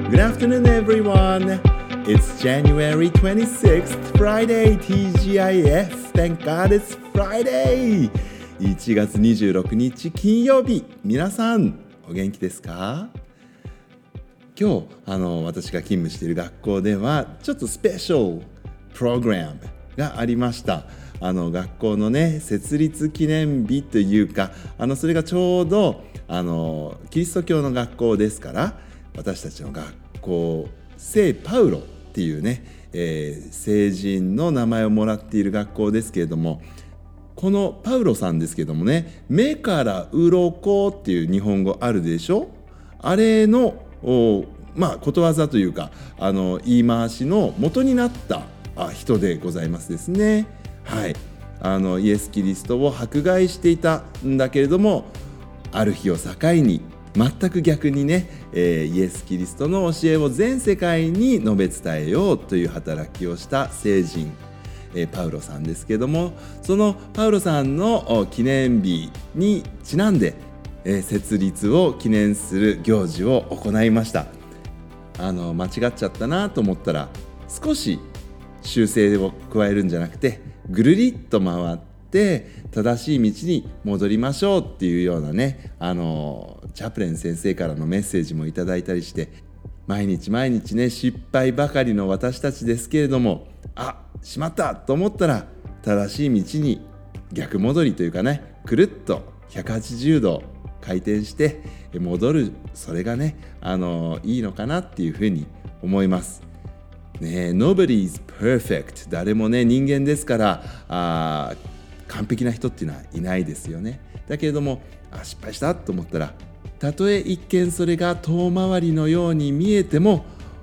Good afternoon, everyone. It's January 26th, Friday, TGIF. Thank God it's Friday. 1月26日金曜日。皆さん、お元気ですか？今日、私が勤務している学校では、ちょっとスペシャルプログラムがありました。学校のね、設立記念日というか、それがちょうど、キリスト教の学校ですから、私たちの学校、聖パウロっていうね、聖人の名前をもらっている学校ですけれども、このパウロさんですけどもね、目から鱗っていう日本語あるでしょ。あれのことわざというか言い回しの元になった人でございますですね。はい、イエス・キリストを迫害していたんだけれども、ある日を境に全く逆にね、イエス・キリストの教えを全世界に述べ伝えようという働きをした聖人、パウロさんですけども、そのパウロさんの記念日にちなんで、設立を記念する行事を行いました。間違っちゃったなと思ったら、少し修正を加えるんじゃなくて、ぐるりっと回って正しい道に戻りましょうっていうようなね、チャプレン先生からのメッセージもいただいたりして、毎日毎日ね、失敗ばかりの私たちですけれども、しまったと思ったら正しい道に逆戻りというかね、くるっと180度回転して戻る、それがね、いいのかなっていうふうに思いますね。Nobody's perfect。 誰もね、人間ですから完璧な人っていうのはいないですよね。だけれども失敗したと思ったら、たとえ一見それが遠回りのように見えても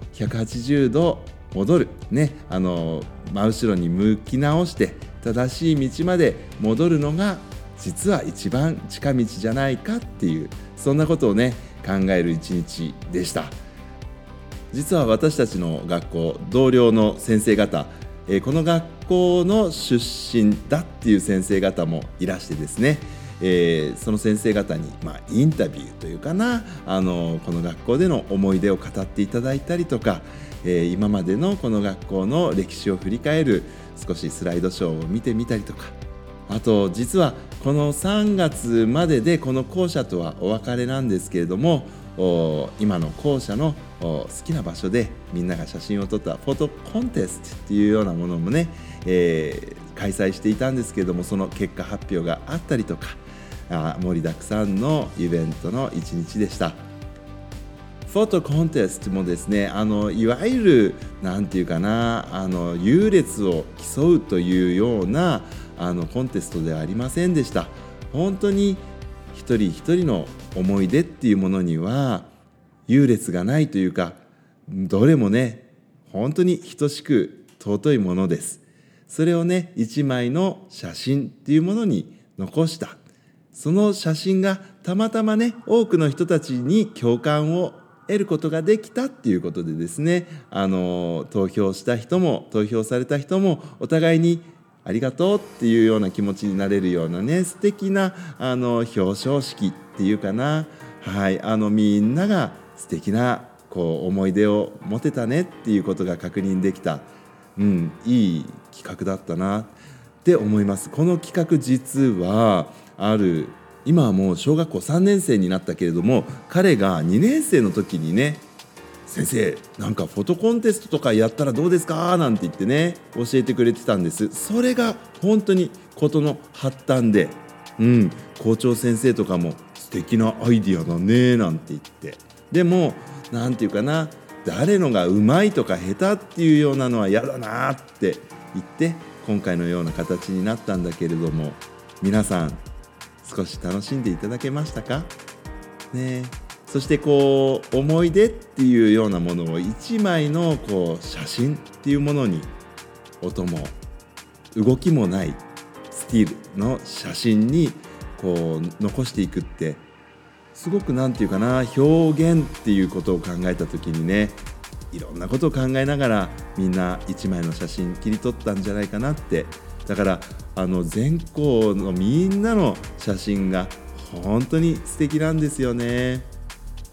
180度戻るね、真後ろに向き直して正しい道まで戻るのが実は一番近道じゃないかっていう、そんなことをね考える一日でした。実は私たちの学校同僚の先生方、この学校の出身だっていう先生方もいらしてですね、その先生方に、インタビューというかな、この学校での思い出を語っていただいたりとか、今までのこの学校の歴史を振り返る少しスライドショーを見てみたりとか、あと実はこの3月まででこの校舎とはお別れなんですけれども、今の校舎の好きな場所でみんなが写真を撮ったフォトコンテストっていうようなものもね、開催していたんですけれども、その結果発表があったりとか、盛りだくさんのイベントの一日でした。フォトコンテストもですね、いわゆるなんていうかな、優劣を競うというようなコンテストではありませんでした。本当に一人一人の思い出っていうものには優劣がないというか、どれもね本当に等しく尊いものです。それをね、一枚の写真っていうものに残した。その写真がたまたまね、多くの人たちに共感を得ることができたっていうことでですね、投票した人も投票された人もお互いにありがとうっていうような気持ちになれるようなね、素敵な表彰式っていうかな、はい、みんなが素敵な思い出を持てたねっていうことが確認できた、いい企画だったなって思います。この企画実は今はもう小学校3年生になったけれども、彼が2年生の時にね、先生なんかフォトコンテストとかやったらどうですかなんて言ってね、教えてくれてたんです。それが本当に事の発端で、校長先生とかも素敵なアイディアだねなんて言って、でもなんていうかな、誰のがうまいとか下手っていうようなのは嫌だなって言って今回のような形になったんだけれども、皆さん少し楽しんでいただけましたかね。そして思い出っていうようなものを一枚の写真っていうものに、音も動きもないスティールの写真に残していくって、すごくなんていうかな、表現っていうことを考えた時にね、いろんなことを考えながらみんな一枚の写真切り取ったんじゃないかなって。だから全校のみんなの写真が本当に素敵なんですよね。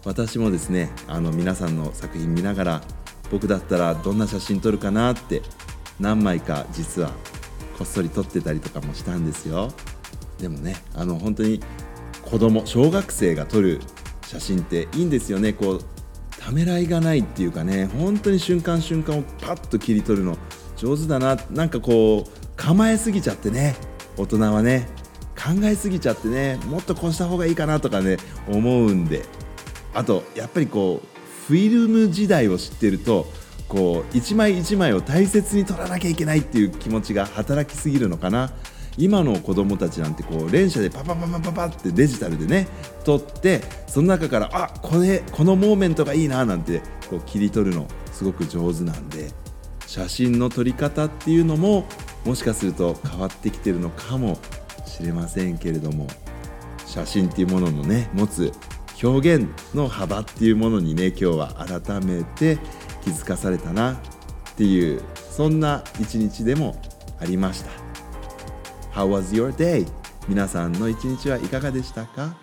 私もですね皆さんの作品見ながら、僕だったらどんな写真撮るかなって何枚か実はこっそり撮ってたりとかもしたんですよ。でもね本当に子供小学生が撮る写真っていいんですよね。こうためらいがないっていうかね、本当に瞬間瞬間をパッと切り取るの上手だな。なんかこう構えすぎちゃってね、大人はね考えすぎちゃってね、もっとこうした方がいいかなとかね思うんで、あとやっぱりこうフィルム時代を知ってると、こう一枚一枚を大切に撮らなきゃいけないっていう気持ちが働きすぎるのかな。今の子供たちなんてこう連写でパパパパパパってデジタルでね撮って、その中からこのモーメントがいいななんてこう切り取るのすごく上手なんで、写真の撮り方っていうのももしかすると変わってきてるのかもしれませんけれども、写真っていうもののね持つ表現の幅っていうものにね今日は改めて気づかされたなっていう、そんな一日でもありました。 How was your day? 皆さんの一日はいかがでしたか？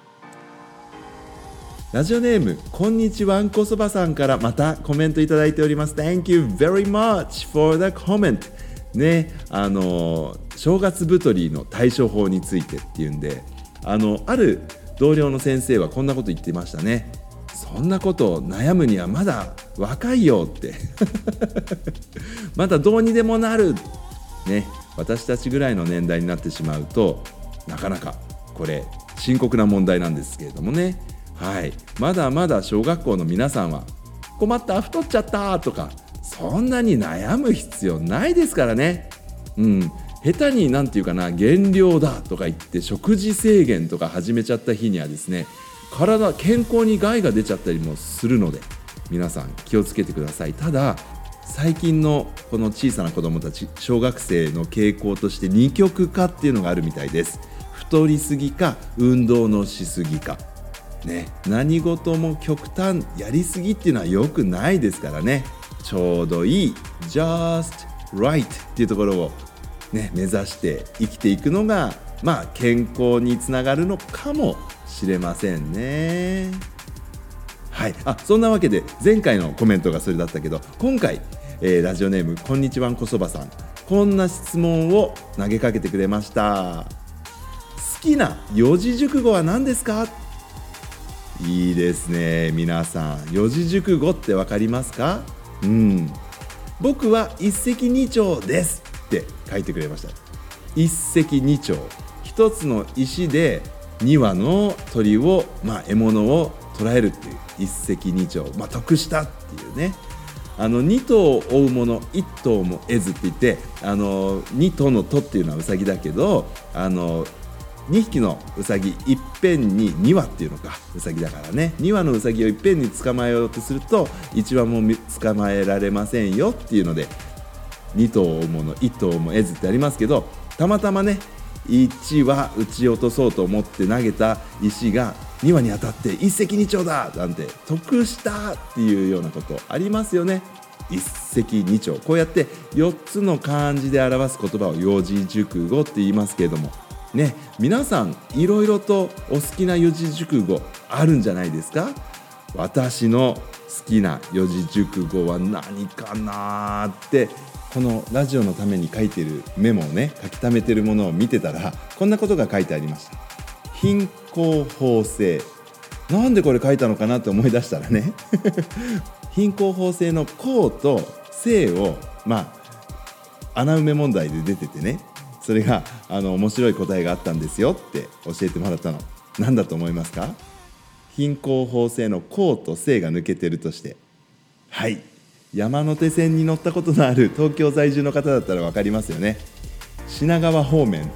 ラジオネームこんにちわんこそばさんからまたコメントいただいております。 Thank you very much for the comment ね。正月太りの対処法についてっていうんで、ある同僚の先生はこんなこと言ってましたね。そんなことを悩むにはまだ若いよってまだどうにでもなるね。私たちぐらいの年代になってしまうとなかなかこれ深刻な問題なんですけれどもね。はい、まだまだ小学校の皆さんは困った太っちゃったとかそんなに悩む必要ないですからね。下手になんていうかな、減量だとか言って食事制限とか始めちゃった日にはですね、健康に害が出ちゃったりもするので皆さん気をつけてください。ただ最近のこの小さな子どもたち、小学生の傾向として二極化っていうのがあるみたいです。太りすぎか運動のしすぎかね。何事も極端やりすぎっていうのは良くないですからね。ちょうどいい just right っていうところをね目指して生きていくのが健康につながるのかもしれませんね。はい、そんなわけで前回のコメントがそれだったけど、今回、ラジオネームこんにちわんこそばさん、こんな質問を投げかけてくれました。好きな四字熟語は何ですか？いいですね。皆さん四字熟語って分かりますか？僕は一石二鳥ですって書いてくれました。一石二鳥、一つの石で2羽の鳥を、獲物を捕らえるっていう一石二鳥、得したっていうね。2頭を追うもの1頭も得ずって言って、2頭の頭っていうのはウサギだけど、2匹のウサギいっぺんに2羽っていうのか、ウサギだからね、2羽のウサギをいっぺんに捕まえようとすると1羽も捕まえられませんよっていうので、2頭を追うもの1頭も得ずってありますけど、たまたまね1羽撃ち落とそうと思って投げた石が2羽に当たって一石二鳥だなんて得したっていうようなことありますよね。一石二鳥、こうやって4つの漢字で表す言葉を四字熟語って言いますけれどもね、皆さんいろいろとお好きな四字熟語あるんじゃないですか？私の好きな四字熟語は何かなって、このラジオのために書いてるメモをね書き溜めてるものを見てたらこんなことが書いてありました。貧困法制、なんでこれ書いたのかなって思い出したらね貧困法制の公と正を穴埋め問題で出ててね、それが面白い答えがあったんですよって教えてもらったの。何だと思いますか？貧困法制の公と正が抜けてるとして、はい、山手線に乗ったことのある東京在住の方だったら分かりますよね。品川方面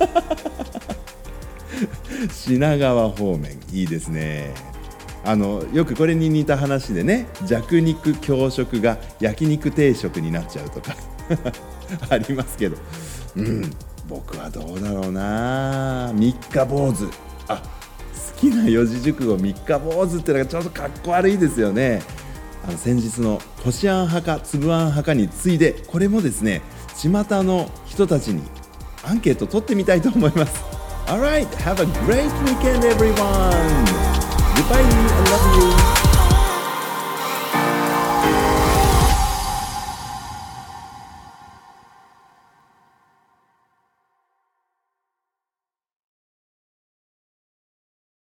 品川方面いいですね。よくこれに似た話でね、弱肉強食が焼肉定食になっちゃうとかありますけど、僕はどうだろうな。三日坊主、好きな四字熟語三日坊主ってのがちょっとかっこ悪いですよね。先日のこしあん派かつぶあん派かに次いで、これもですね巷の人たちにアンケート取ってみたいと思います。Alright, have a great weekend everyone! Goodbye. I love you.